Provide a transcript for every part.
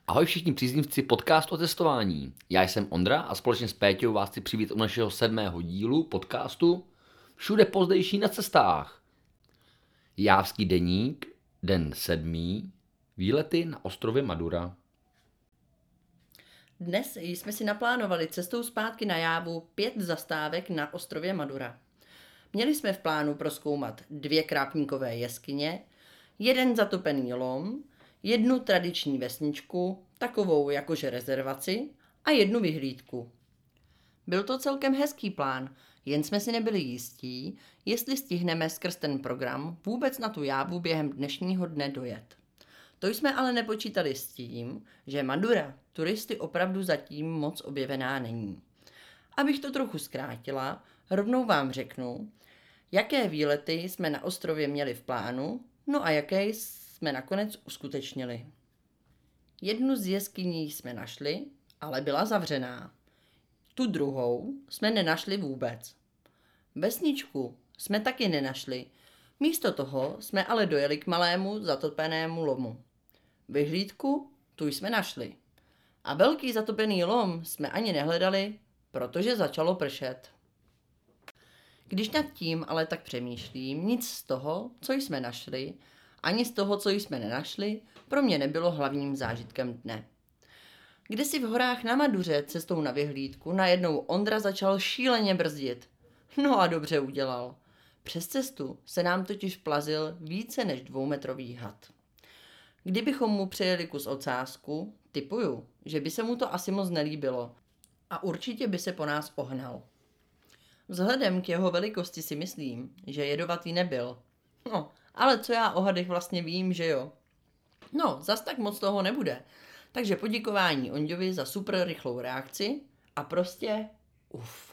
Ahoj všichni příznivci podcastu o testování. Já jsem Ondra a společně s Péťou vás chci přivítat u našeho 7. dílu podcastu Všude pozdejší na cestách. Jávský deník, den 7. Výlety na ostrově Madura. Dnes jsme si naplánovali cestou zpátky na Jávu 5 zastávek na ostrově Madura. Měli jsme v plánu prozkoumat 2 krápníkové jeskyně, 1 zatopený lom, 1 tradiční vesničku, takovou jakože rezervaci, a 1 vyhlídku. Byl to celkem hezký plán, jen jsme si nebyli jistí, jestli stihneme skrz ten program vůbec na tu Jávu během dnešního dne dojet. To jsme ale nepočítali s tím, že Madura turisty opravdu zatím moc objevená není. Abych to trochu zkrátila, rovnou vám řeknu, jaké výlety jsme na ostrově měli v plánu, no a jaké jsme nakonec uskutečnili. 1 z jeskyní jsme našli, ale byla zavřená. Tu druhou jsme nenašli vůbec. Vesničku jsme taky nenašli, místo toho jsme ale dojeli k malému zatopenému lomu. Vyhlídku tu jsme našli. A velký zatopený lom jsme ani nehledali, protože začalo pršet. Když nad tím ale tak přemýšlím, nic z toho, co jsme našli, ani z toho, co jsme nenašli, pro mě nebylo hlavním zážitkem dne. Kdysi v horách na Maduře cestou na vyhlídku najednou Ondra začal šíleně brzdit. No a dobře udělal. Přes cestu se nám totiž plazil více než 2metrový had. Kdybychom mu přejeli kus ocásku, tipuju, že by se mu to asi moc nelíbilo a určitě by se po nás ohnal. Vzhledem k jeho velikosti si myslím, že jedovatý nebyl. No, ale co já o hadech vlastně vím, že jo? No, zas tak moc toho nebude. Takže poděkování Onďovi za super rychlou reakci a prostě uf.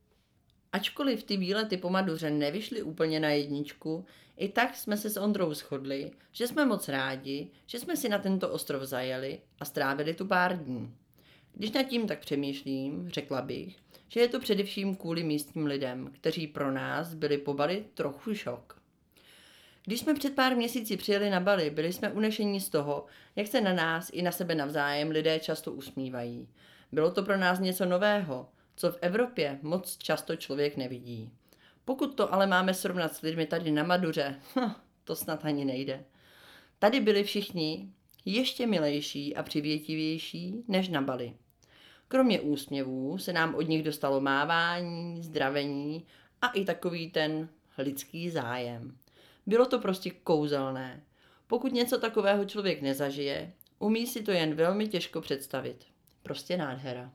Ačkoliv ty výlety po Maduře nevyšly úplně na jedničku, i tak jsme se s Ondrou shodli, že jsme moc rádi, že jsme si na tento ostrov zajeli a strávili tu pár dní. Když nad tím tak přemýšlím, řekla bych, že je to především kvůli místním lidem, kteří pro nás byli po Bali trochu šok. Když jsme před pár měsíci přijeli na Bali, byli jsme unešení z toho, jak se na nás i na sebe navzájem lidé často usmívají. Bylo to pro nás něco nového, co v Evropě moc často člověk nevidí. Pokud to ale máme srovnat s lidmi tady na Maduře, to snad ani nejde. Tady byli všichni ještě milejší a přivětivější než na Bali. Kromě úsměvů se nám od nich dostalo mávání, zdravení a i takový ten lidský zájem. Bylo to prostě kouzelné. Pokud něco takového člověk nezažije, umí si to jen velmi těžko představit. Prostě nádhera.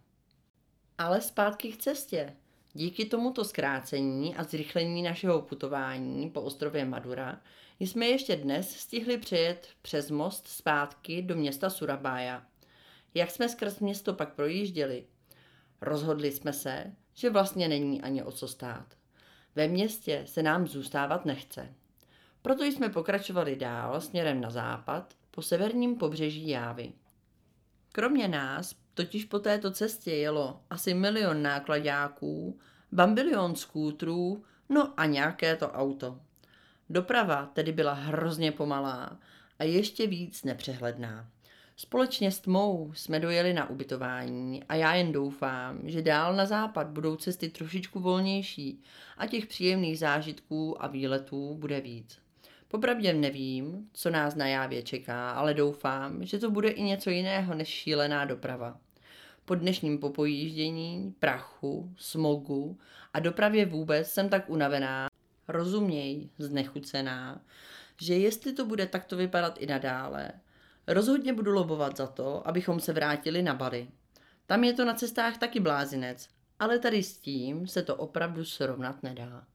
Ale zpátky k cestě. Díky tomuto zkrácení a zrychlení našeho putování po ostrově Madura jsme ještě dnes stihli přejet přes most zpátky do města Surabaya. Jak jsme skrz město pak projížděli? Rozhodli jsme se, že vlastně není ani o co stát. Ve městě se nám zůstávat nechce. Proto jsme pokračovali dál směrem na západ po severním pobřeží Jávy. Kromě nás totiž po této cestě jelo asi 1 milion nákladáků, bambilion skútrů, no a nějaké to auto. Doprava tedy byla hrozně pomalá a ještě víc nepřehledná. Společně s tmou jsme dojeli na ubytování a já jen doufám, že dál na západ budou cesty trošičku volnější a těch příjemných zážitků a výletů bude víc. Popravdě nevím, co nás na Jávě čeká, ale doufám, že to bude i něco jiného než šílená doprava. Po dnešním popojíždění, prachu, smogu a dopravě vůbec jsem tak unavená, rozuměj, znechucená, že jestli to bude takto vypadat i nadále, rozhodně budu lobovat za to, abychom se vrátili na Bali. Tam je to na cestách taky blázinec, ale tady s tím se to opravdu srovnat nedá.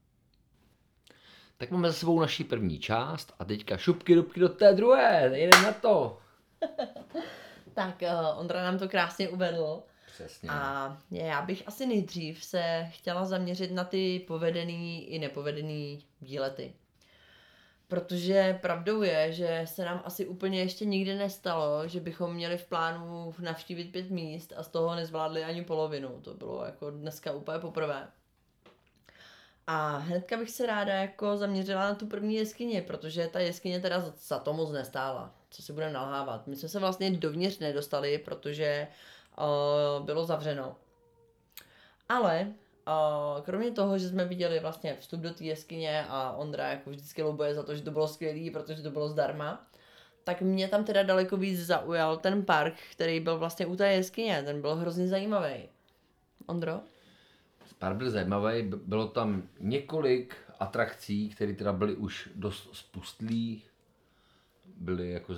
Tak máme za sebou naší první část a teďka šupky dubky do té druhé, jdeme na to. Tak Ondra nám to krásně uvedl. Přesně. A já bych asi nejdřív se chtěla zaměřit na ty povedený i nepovedený výlety. Protože pravdou je, že se nám asi úplně ještě nikdy nestalo, že bychom měli v plánu navštívit 5 míst a z toho nezvládli ani polovinu. To bylo jako dneska úplně poprvé. A hnedka bych se ráda jako zaměřila na tu první jeskyni, protože ta jeskyně teda za to moc nestála. co si budeme nalhávat. My jsme se vlastně dovnitř nedostali, protože bylo zavřeno. Ale kromě toho, že jsme viděli vlastně vstup do té jeskyně a Ondra jako vždycky lobuje za to, že to bylo skvělý, protože to bylo zdarma, tak mě tam teda daleko víc zaujal ten park, který byl vlastně u té jeskyně. Ten byl hrozně zajímavý. Ondro? Park byl zajímavý, bylo tam několik atrakcí, které teda byly už dost spustlý, byly jako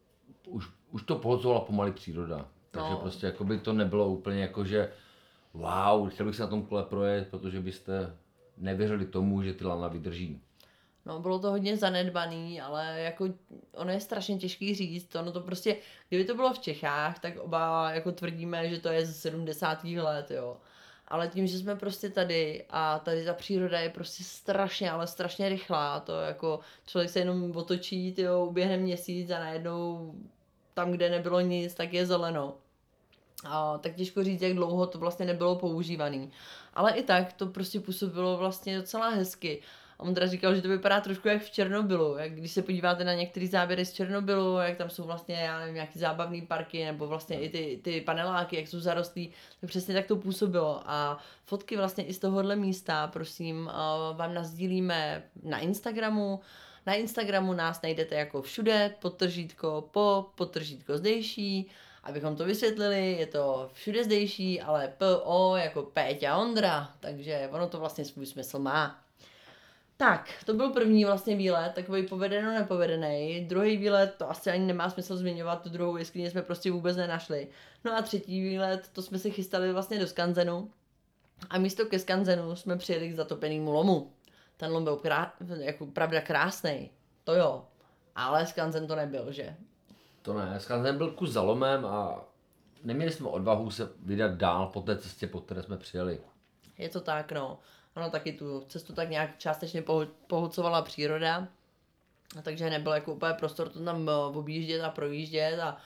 už to pohodzovala pomaly příroda. Takže prostě jako by to nebylo úplně jako, že wow, chtěl bych se na tom kole projet, protože byste nevěřili tomu, že ty lana vydrží. No, bylo to hodně zanedbaný, ale jako ono je strašně těžký říct, ono to prostě, kdyby to bylo v Čechách, tak oba jako tvrdíme, že to je ze 70. let, jo. Ale tím, že jsme prostě tady a tady ta příroda je prostě strašně, ale strašně rychlá, to jako člověk se jenom otočí, tyjo, uběhne měsíc a najednou tam, kde nebylo nic, tak je zeleno. Tak těžko říct, jak dlouho to vlastně nebylo používaný. Ale i tak to prostě působilo vlastně docela hezky. A Ondra říkal, že to vypadá trošku jak v Černobylu. Jak když se podíváte na některé záběry z Černobylu, jak tam jsou vlastně, já nevím, nějaký zábavný parky, nebo vlastně i ty paneláky, jak jsou zarostlí, tak přesně tak to působilo. A fotky vlastně i z tohohle místa, prosím, vám nasdílíme na Instagramu. Na Instagramu nás najdete jako všude, _podtržítko zdejší. Abychom to vysvětlili, je to všude zdejší, ale PO jako Péťa Ondra, takže ono to vlastně svůj smysl má. Tak, to byl první vlastně výlet, takový povedeno nepovedený. Druhý výlet, to asi ani nemá smysl zmiňovat, tu druhou jeskyni jsme prostě vůbec nenašli. No a třetí výlet, to jsme si chystali vlastně do skanzenu. A místo ke skanzenu jsme přijeli k zatopenému lomu. Ten lom byl jako pravda krásnej, to jo, ale skanzen to nebyl, že? To ne, skanzen byl kus za lomem a neměli jsme odvahu se vydat dál po té cestě, po které jsme přijeli. Je to tak, no. Ono taky tu cestu tak nějak částečně pohlcovala příroda, takže nebyl jako úplně prostor to tam objíždět a projíždět a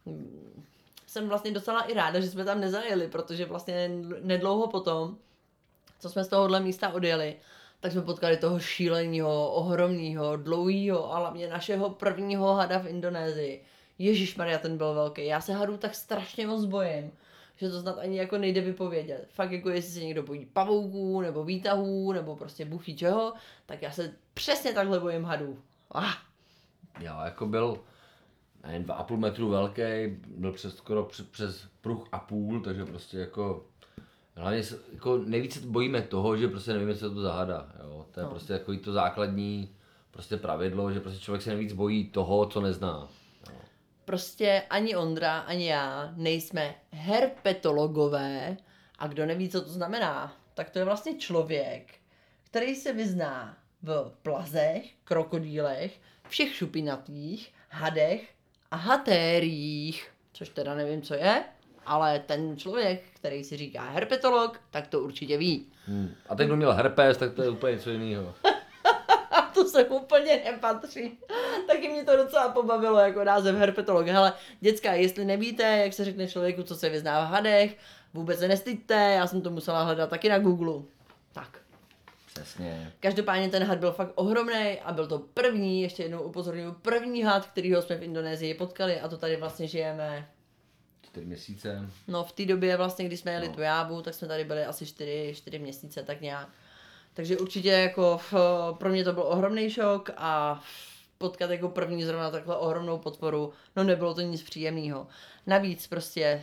jsem vlastně docela i ráda, že jsme tam nezajeli, protože vlastně nedlouho potom, co jsme z tohohle místa odjeli, tak jsme potkali toho šíleného, ohromného, dlouhého a hlavně našeho prvního hada v Indonésii. Ježišmarja, ten byl velký. Já se hadů tak strašně moc bojím, že to snad ani jako nejde vypovědět. Fakt jako jestli se někdo bojí pavouků, nebo výtahů, nebo prostě bůh čeho, tak já se přesně takhle bojím hadů. Já jako byl 2,5 metru velký, byl skoro přes pruh a půl, takže prostě jako hlavně jako nejvíce bojíme toho, že prostě nevíme, co to za hada. Jo? To je prostě takový to základní prostě pravidlo, že prostě člověk se nejvíc bojí toho, co nezná. Prostě ani Ondra, ani já nejsme herpetologové a kdo neví, co to znamená, tak to je vlastně člověk, který se vyzná v plazech, krokodýlech, všech šupinatých, hadech a hatériích, což teda nevím, co je, ale ten člověk, který si říká herpetolog, tak to určitě ví. A ten, kdo měl herpes, tak to je úplně něco jiného. To se úplně nepatří. Taky mě to docela pobavilo jako název herpetolog. Hele, děcka, jestli nevíte, jak se řekne člověku, co se vyzná v hadech, vůbec se nestyďte, já jsem to musela hledat taky na Google. Tak. Přesně. Každopádně ten had byl fakt ohromný a byl to první, ještě jednou upozorňuji, první had, kterýho jsme v Indonésii potkali a to tady vlastně žijeme 4 měsíce. No v té době vlastně, když jsme jeli tu Jávu, tak jsme tady byli asi 4 měsíce, tak nějak. Takže určitě jako pro mě to byl ohromný šok a potkat jako první zrovna takhle ohromnou podporu, no nebylo to nic příjemného. Navíc prostě,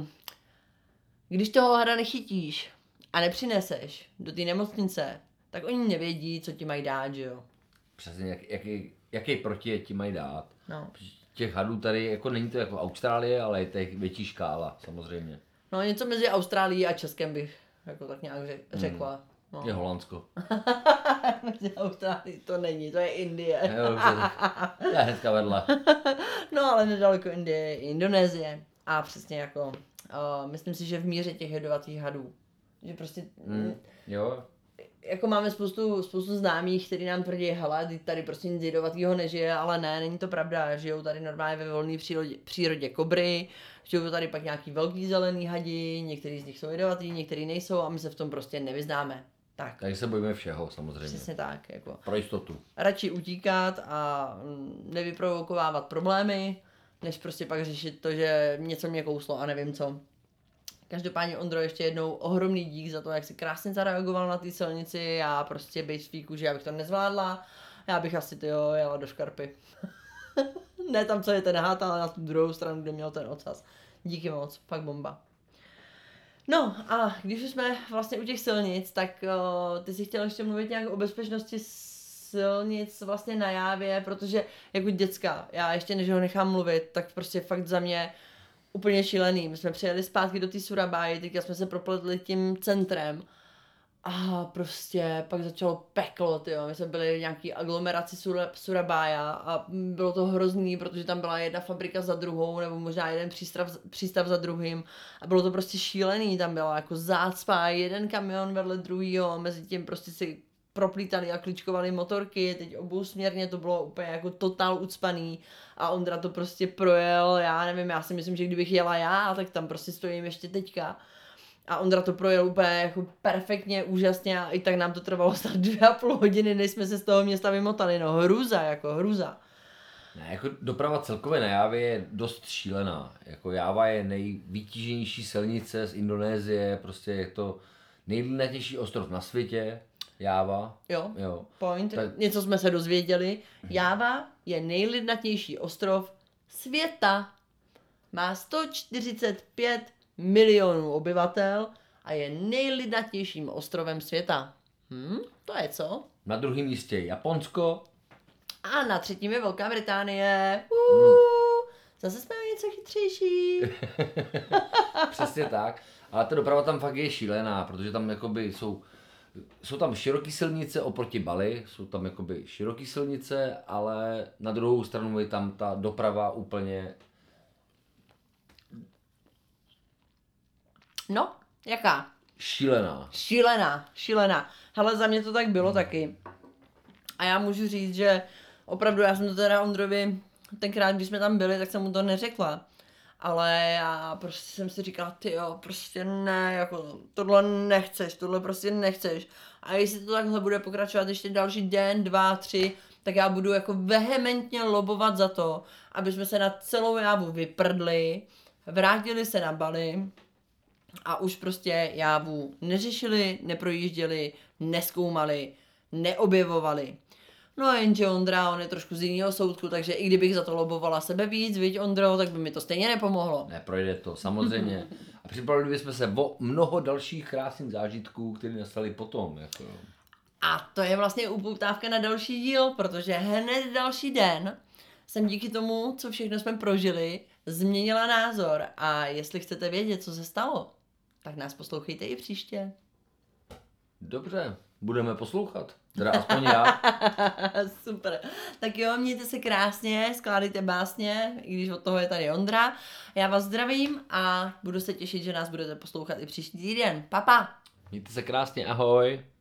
když toho hada nechytíš a nepřineseš do té nemocnice, tak oni nevědí, co ti mají dát, že jo. Přesně, jaký protijet ti mají dát. No. Těch hadů tady, jako není to jako Austrálie, ale je to větší škála, samozřejmě. No něco mezi Austrálií a Českem bych jako tak nějak řekla. No. Je Holandsko. Mezi Austrálií to není, to je Indie. Jo, to je hnedka vedle. No ale nedaleko Indie je Indonésie. A přesně jako, myslím si, že v míře těch jedovatých hadů. Že prostě, jo. Jako máme spoustu známých, kteří nám tvrdí, hele, tady prostě nic jedovatýho nežije, ale ne, není to pravda. Žijou tady normálně ve volné přírodě kobry, žijou tady pak nějaký velký zelený hadi, některý z nich jsou jedovatý, některý nejsou a my se v tom prostě nevyznáme. Tak. Takže se bojíme všeho, samozřejmě. Přesně tak, jako. Pro jistotu. Radši utíkat a nevyprovokovávat problémy, než prostě pak řešit to, že něco mě kouslo a nevím co. Každopádně Ondro, ještě jednou ohromný dík za to, jak jsi krásně zareagoval na té silnici. Já prostě bejt v že já bych to nezvládla. Já bych asi jela do Škarpy. Ne tam, co je ten hát, ale na tu druhou stranu, kde měl ten ocas. Díky moc, fakt bomba. No a když už jsme vlastně u těch silnic, tak ty si chtěl ještě mluvit nějak o bezpečnosti silnic vlastně na Jávě, protože jako děcka, já ještě než ho nechám mluvit, tak prostě fakt za mě úplně šílený. My jsme přijeli zpátky do té Surabáji, teďka jsme se propletli tím centrem a prostě pak začalo peklo, tyjo. My jsme byli v nějaký aglomeraci Surabája a bylo to hrozný, protože tam byla jedna fabrika za druhou, nebo možná jeden přístav za druhým a bylo to prostě šílený, tam byla jako zácpa, jeden kamion vedle druhýho, mezi tím prostě si proplítali a kličkovali motorky, teď obousměrně to bylo úplně jako totál ucpaný a Ondra to prostě projel, já nevím, já si myslím, že kdybych jela já, tak tam prostě stojím ještě teďka. A Ondra to projel úplně jako perfektně, úžasně a i tak nám to trvalo snad 2,5 hodiny, než jsme se z toho města vymotali, no hruza. Ne, jako doprava celkově na Jávě je dost šílená. Jako Jáva je nejvytíženější silnice z Indonésie, prostě je to nejlidnatější ostrov na světě, Jáva. Jo. Point. Tak... Něco jsme se dozvěděli. Jáva je nejlidnatější ostrov světa. Má 145 milionů obyvatel a je nejlidnatějším ostrovem světa. To je co? Na druhém místě je Japonsko. A na třetím je Velká Británie. Zase jsme něco chytřejší. Přesně tak. Ale ta doprava tam fakt je šílená, protože tam jakoby jsou tam široké silnice oproti Bali, jsou tam jakoby široké silnice, ale na druhou stranu je tam ta doprava úplně... No, jaká? Šílená. Hele, za mě to tak bylo taky. A já můžu říct, že opravdu já jsem to teda Ondrovi tenkrát, když jsme tam byli, tak jsem mu to neřekla. Ale já prostě jsem si říkala, tyjo, prostě ne, jako tohle prostě nechceš. A jestli to takhle bude pokračovat ještě další den, 2, 3, tak já budu jako vehementně lobovat za to, aby jsme se na celou Jávu vyprdli, vrátili se na Bali a už prostě Jávu neřešili, neprojížděli, nezkoumali, neobjevovali. No a jenže Ondra, on je trošku z jiného soudku, takže i kdybych za to lobovala sebe víc, viď Ondro, tak by mi to stejně nepomohlo. Neprojde to, samozřejmě. A připravili jsme se o mnoho dalších krásných zážitků, které nastaly potom. Jako. A to je vlastně upoutávka na další díl, protože hned další den jsem díky tomu, co všechno jsme prožili, změnila názor. A jestli chcete vědět, co se stalo, tak nás poslouchejte i příště. Dobře, budeme poslouchat. Teda aspoň já. Super. Tak jo, mějte se krásně, skládejte básně, i když od toho je tady Ondra. Já vás zdravím a budu se těšit, že nás budete poslouchat i příští týden. Pa. Mějte se krásně, ahoj.